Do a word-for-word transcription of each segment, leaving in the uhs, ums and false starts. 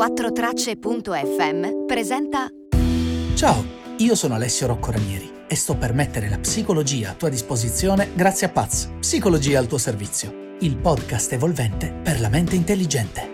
quattro tracce punto effe emme presenta. Ciao, io sono Alessio Rocco Ranieri e sto per mettere la psicologia a tua disposizione grazie a Paz, Psicologia al tuo servizio, il podcast evolvente per la mente intelligente.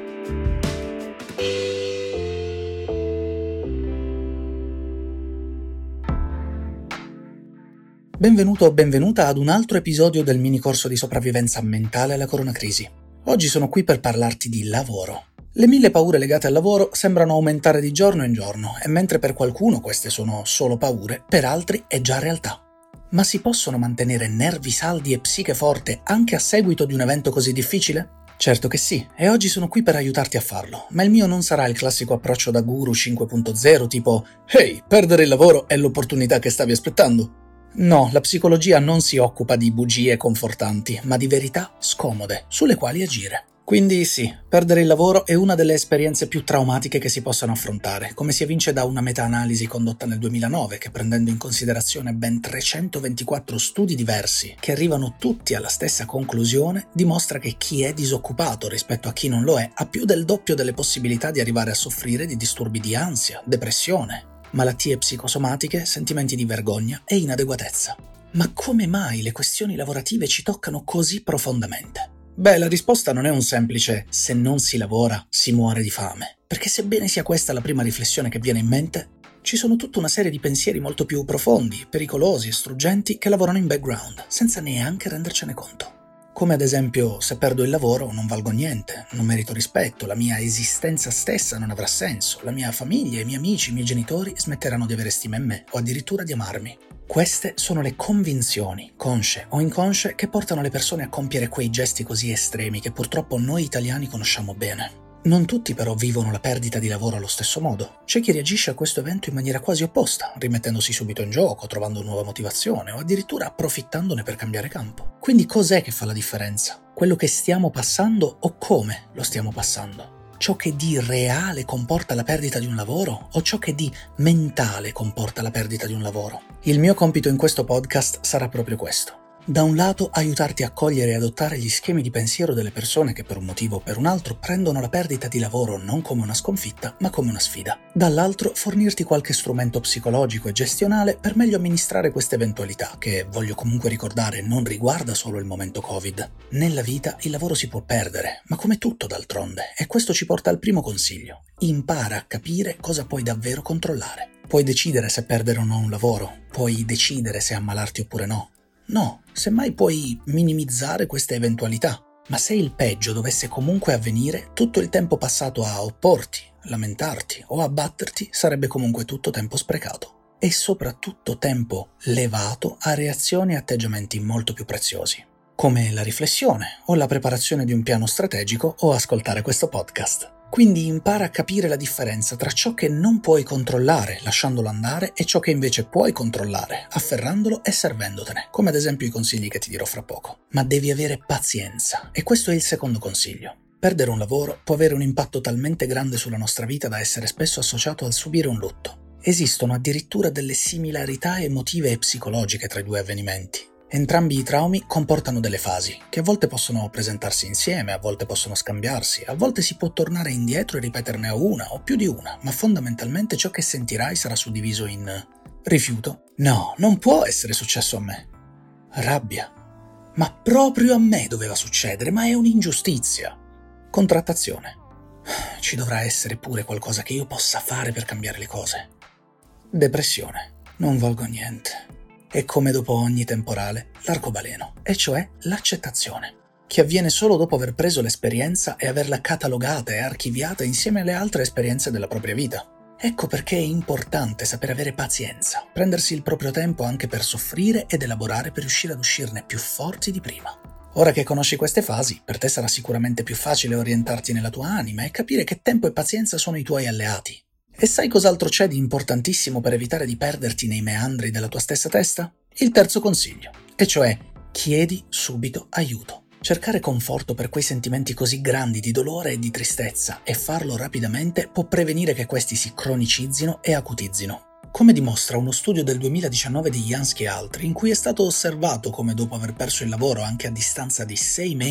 Benvenuto o benvenuta ad un altro episodio del mini corso di sopravvivenza mentale alla coronacrisi. Oggi sono qui per parlarti di lavoro. Le mille paure legate al lavoro sembrano aumentare di giorno in giorno e mentre per qualcuno queste sono solo paure, per altri è già realtà. Ma si possono mantenere nervi saldi e psiche forte anche a seguito di un evento così difficile? Certo che sì, e oggi sono qui per aiutarti a farlo, ma il mio non sarà il classico approccio da guru cinque punto zero tipo «Ehi, perdere il lavoro è l'opportunità che stavi aspettando». No, la psicologia non si occupa di bugie confortanti, ma di verità scomode, sulle quali agire. Quindi sì, perdere il lavoro è una delle esperienze più traumatiche che si possano affrontare, come si evince da una meta-analisi condotta nel duemilanove che, prendendo in considerazione ben trecentoventiquattro studi diversi, che arrivano tutti alla stessa conclusione, dimostra che chi è disoccupato rispetto a chi non lo è ha più del doppio delle possibilità di arrivare a soffrire di disturbi di ansia, depressione, malattie psicosomatiche, sentimenti di vergogna e inadeguatezza. Ma come mai le questioni lavorative ci toccano così profondamente? Beh, la risposta non è un semplice «se non si lavora, si muore di fame», perché sebbene sia questa la prima riflessione che viene in mente, ci sono tutta una serie di pensieri molto più profondi, pericolosi e struggenti che lavorano in background, senza neanche rendercene conto. Come ad esempio, se perdo il lavoro non valgo niente, non merito rispetto, la mia esistenza stessa non avrà senso, la mia famiglia, i miei amici, i miei genitori smetteranno di avere stima in me o addirittura di amarmi. Queste sono le convinzioni, consce o inconsce, che portano le persone a compiere quei gesti così estremi che purtroppo noi italiani conosciamo bene. Non tutti però vivono la perdita di lavoro allo stesso modo. C'è chi reagisce a questo evento in maniera quasi opposta, rimettendosi subito in gioco, trovando nuova motivazione o addirittura approfittandone per cambiare campo. Quindi cos'è che fa la differenza? Quello che stiamo passando o come lo stiamo passando? Ciò che di reale comporta la perdita di un lavoro o ciò che di mentale comporta la perdita di un lavoro? Il mio compito in questo podcast sarà proprio questo. Da un lato, aiutarti a cogliere e adottare gli schemi di pensiero delle persone che per un motivo o per un altro prendono la perdita di lavoro non come una sconfitta, ma come una sfida. Dall'altro, fornirti qualche strumento psicologico e gestionale per meglio amministrare queste eventualità, che, voglio comunque ricordare, non riguarda solo il momento Covid. Nella vita il lavoro si può perdere, ma come tutto d'altronde, e questo ci porta al primo consiglio. Impara a capire cosa puoi davvero controllare. Puoi decidere se perdere o no un lavoro, puoi decidere se ammalarti oppure no. No, semmai puoi minimizzare queste eventualità, ma se il peggio dovesse comunque avvenire, tutto il tempo passato a opporti, lamentarti o abbatterti sarebbe comunque tutto tempo sprecato e soprattutto tempo levato a reazioni e atteggiamenti molto più preziosi, come la riflessione o la preparazione di un piano strategico o ascoltare questo podcast. Quindi impara a capire la differenza tra ciò che non puoi controllare lasciandolo andare e ciò che invece puoi controllare afferrandolo e servendotene, come ad esempio i consigli che ti dirò fra poco. Ma devi avere pazienza, e questo è il secondo consiglio. Perdere un lavoro può avere un impatto talmente grande sulla nostra vita da essere spesso associato al subire un lutto. Esistono addirittura delle similarità emotive e psicologiche tra i due avvenimenti. Entrambi i traumi comportano delle fasi, che a volte possono presentarsi insieme, a volte possono scambiarsi, a volte si può tornare indietro e ripeterne una o più di una, ma fondamentalmente ciò che sentirai sarà suddiviso in rifiuto. No, non può essere successo a me. Rabbia. Ma proprio a me doveva succedere, ma è un'ingiustizia. Contrattazione. Ci dovrà essere pure qualcosa che io possa fare per cambiare le cose. Depressione. Non valgo niente. E come dopo ogni temporale, l'arcobaleno, e cioè l'accettazione, che avviene solo dopo aver preso l'esperienza e averla catalogata e archiviata insieme alle altre esperienze della propria vita. Ecco perché è importante saper avere pazienza, prendersi il proprio tempo anche per soffrire ed elaborare per riuscire ad uscirne più forti di prima. Ora che conosci queste fasi, per te sarà sicuramente più facile orientarti nella tua anima e capire che tempo e pazienza sono i tuoi alleati. E sai cos'altro c'è di importantissimo per evitare di perderti nei meandri della tua stessa testa? Il terzo consiglio, e cioè chiedi subito aiuto. Cercare conforto per quei sentimenti così grandi di dolore e di tristezza e farlo rapidamente può prevenire che questi si cronicizzino e acutizzino. Come dimostra uno studio del duemiladiciannove di Jansky e altri, in cui è stato osservato come dopo aver perso il lavoro anche a distanza di sei mesi,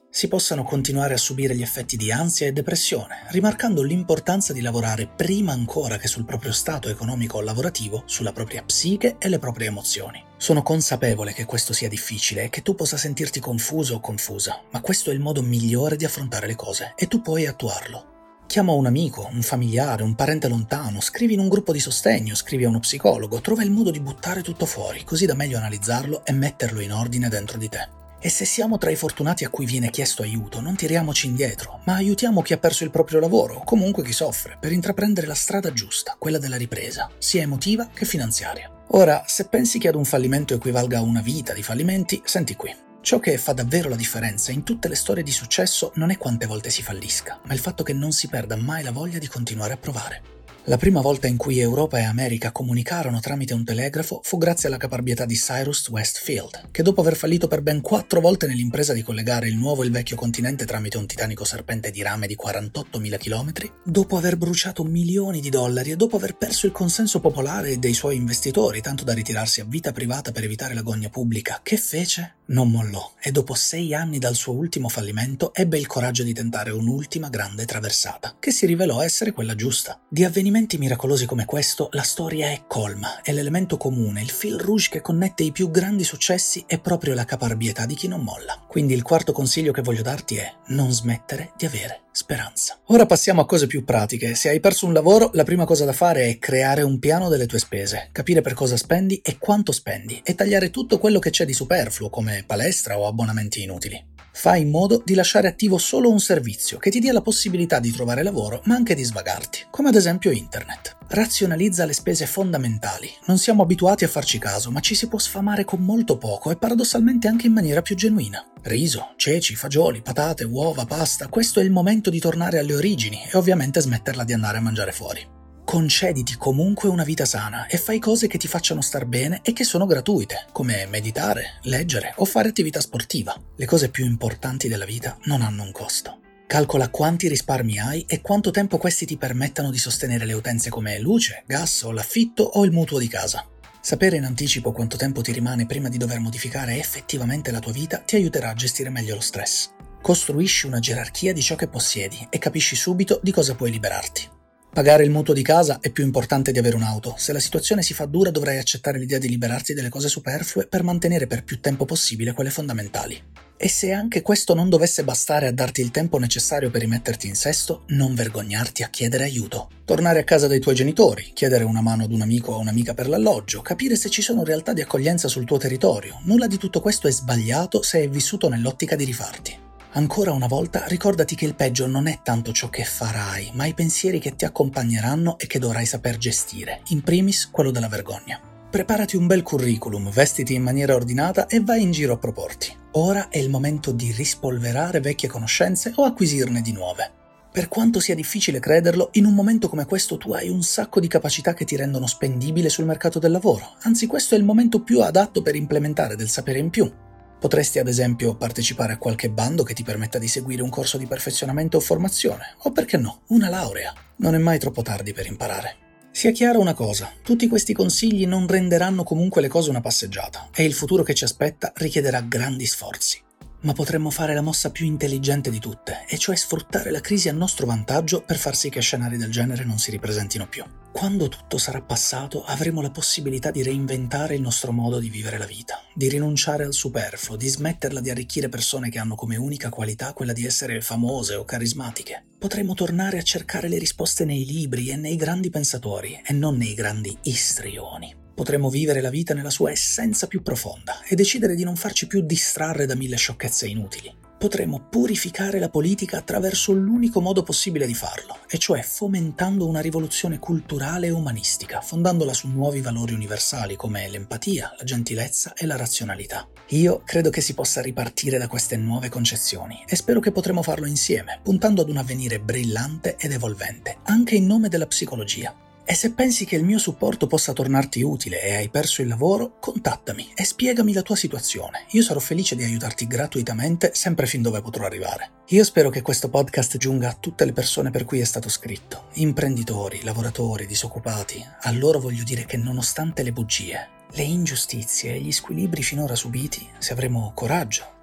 si possano continuare a subire gli effetti di ansia e depressione, rimarcando l'importanza di lavorare prima ancora che sul proprio stato economico o lavorativo, sulla propria psiche e le proprie emozioni. Sono consapevole che questo sia difficile e che tu possa sentirti confuso o confusa, ma questo è il modo migliore di affrontare le cose e tu puoi attuarlo. Chiama un amico, un familiare, un parente lontano, scrivi in un gruppo di sostegno, scrivi a uno psicologo, trova il modo di buttare tutto fuori, così da meglio analizzarlo e metterlo in ordine dentro di te. E se siamo tra i fortunati a cui viene chiesto aiuto, non tiriamoci indietro, ma aiutiamo chi ha perso il proprio lavoro o comunque chi soffre, per intraprendere la strada giusta, quella della ripresa, sia emotiva che finanziaria. Ora, se pensi che ad un fallimento equivalga a una vita di fallimenti, senti qui. Ciò che fa davvero la differenza in tutte le storie di successo non è quante volte si fallisca, ma il fatto che non si perda mai la voglia di continuare a provare. La prima volta in cui Europa e America comunicarono tramite un telegrafo fu grazie alla caparbietà di Cyrus Westfield, che dopo aver fallito per ben quattro volte nell'impresa di collegare il nuovo e il vecchio continente tramite un titanico serpente di rame di quarantottomila chilometri, dopo aver bruciato milioni di dollari e dopo aver perso il consenso popolare e dei suoi investitori, tanto da ritirarsi a vita privata per evitare l'agonia pubblica, che fece? Non mollò e dopo sei anni dal suo ultimo fallimento ebbe il coraggio di tentare un'ultima grande traversata, che si rivelò essere quella giusta. Di avvenimenti miracolosi come questo, la storia è colma e l'elemento comune, il fil rouge che connette i più grandi successi è proprio la caparbietà di chi non molla. Quindi il quarto consiglio che voglio darti è non smettere di avere speranza. Ora passiamo a cose più pratiche. Se hai perso un lavoro, la prima cosa da fare è creare un piano delle tue spese, capire per cosa spendi e quanto spendi e tagliare tutto quello che c'è di superfluo come palestra o abbonamenti inutili. Fai in modo di lasciare attivo solo un servizio che ti dia la possibilità di trovare lavoro ma anche di svagarti, come ad esempio internet. Razionalizza le spese fondamentali. Non siamo abituati a farci caso, ma ci si può sfamare con molto poco e paradossalmente anche in maniera più genuina. Riso, ceci, fagioli, patate, uova, pasta, questo è il momento di tornare alle origini e ovviamente smetterla di andare a mangiare fuori. Concediti comunque una vita sana e fai cose che ti facciano star bene e che sono gratuite, come meditare, leggere o fare attività sportiva. Le cose più importanti della vita non hanno un costo. Calcola quanti risparmi hai e quanto tempo questi ti permettano di sostenere le utenze come luce, gas o l'affitto o il mutuo di casa. Sapere in anticipo quanto tempo ti rimane prima di dover modificare effettivamente la tua vita ti aiuterà a gestire meglio lo stress. Costruisci una gerarchia di ciò che possiedi e capisci subito di cosa puoi liberarti. Pagare il mutuo di casa è più importante di avere un'auto. Se la situazione si fa dura dovrai accettare l'idea di liberarti delle cose superflue per mantenere per più tempo possibile quelle fondamentali. E se anche questo non dovesse bastare a darti il tempo necessario per rimetterti in sesto, non vergognarti a chiedere aiuto. Tornare a casa dai tuoi genitori, chiedere una mano ad un amico o un'amica per l'alloggio, capire se ci sono realtà di accoglienza sul tuo territorio. Nulla di tutto questo è sbagliato se è vissuto nell'ottica di rifarti. Ancora una volta ricordati che il peggio non è tanto ciò che farai, ma i pensieri che ti accompagneranno e che dovrai saper gestire, in primis quello della vergogna. Preparati un bel curriculum, vestiti in maniera ordinata e vai in giro a proporti. Ora è il momento di rispolverare vecchie conoscenze o acquisirne di nuove. Per quanto sia difficile crederlo, in un momento come questo tu hai un sacco di capacità che ti rendono spendibile sul mercato del lavoro, anzi questo è il momento più adatto per implementare del sapere in più. Potresti ad esempio partecipare a qualche bando che ti permetta di seguire un corso di perfezionamento o formazione, o perché no, una laurea. Non è mai troppo tardi per imparare. Sia chiara una cosa, tutti questi consigli non renderanno comunque le cose una passeggiata e il futuro che ci aspetta richiederà grandi sforzi. Ma potremmo fare la mossa più intelligente di tutte, e cioè sfruttare la crisi a nostro vantaggio per far sì che scenari del genere non si ripresentino più. Quando tutto sarà passato, avremo la possibilità di reinventare il nostro modo di vivere la vita, di rinunciare al superfluo, di smetterla di arricchire persone che hanno come unica qualità quella di essere famose o carismatiche. Potremo tornare a cercare le risposte nei libri e nei grandi pensatori, e non nei grandi istrioni. Potremo vivere la vita nella sua essenza più profonda e decidere di non farci più distrarre da mille sciocchezze inutili. Potremo purificare la politica attraverso l'unico modo possibile di farlo, e cioè fomentando una rivoluzione culturale e umanistica, fondandola su nuovi valori universali come l'empatia, la gentilezza e la razionalità. Io credo che si possa ripartire da queste nuove concezioni e spero che potremo farlo insieme, puntando ad un avvenire brillante ed evolvente, anche in nome della psicologia. E se pensi che il mio supporto possa tornarti utile e hai perso il lavoro, contattami e spiegami la tua situazione. Io sarò felice di aiutarti gratuitamente, sempre fin dove potrò arrivare. Io spero che questo podcast giunga a tutte le persone per cui è stato scritto. Imprenditori, lavoratori, disoccupati. A loro voglio dire che nonostante le bugie, le ingiustizie e gli squilibri finora subiti, se avremo coraggio,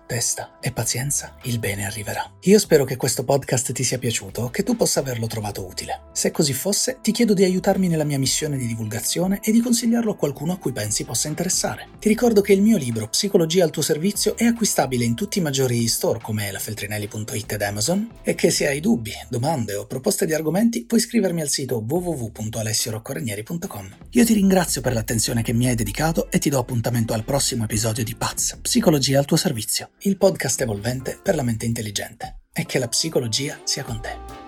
testa e pazienza, il bene arriverà. Io spero che questo podcast ti sia piaciuto, che tu possa averlo trovato utile. Se così fosse, ti chiedo di aiutarmi nella mia missione di divulgazione e di consigliarlo a qualcuno a cui pensi possa interessare. Ti ricordo che il mio libro Psicologia al tuo servizio è acquistabile in tutti i maggiori store come la feltrinelli punto it ed Amazon e che se hai dubbi, domande o proposte di argomenti puoi scrivermi al sito w w w punto alessio rocco ranieri punto com. Io ti ringrazio per l'attenzione che mi hai dedicato e ti do appuntamento al prossimo episodio di P A Z, Psicologia al tuo servizio, il podcast evolvente per la mente intelligente. E che la psicologia sia con te.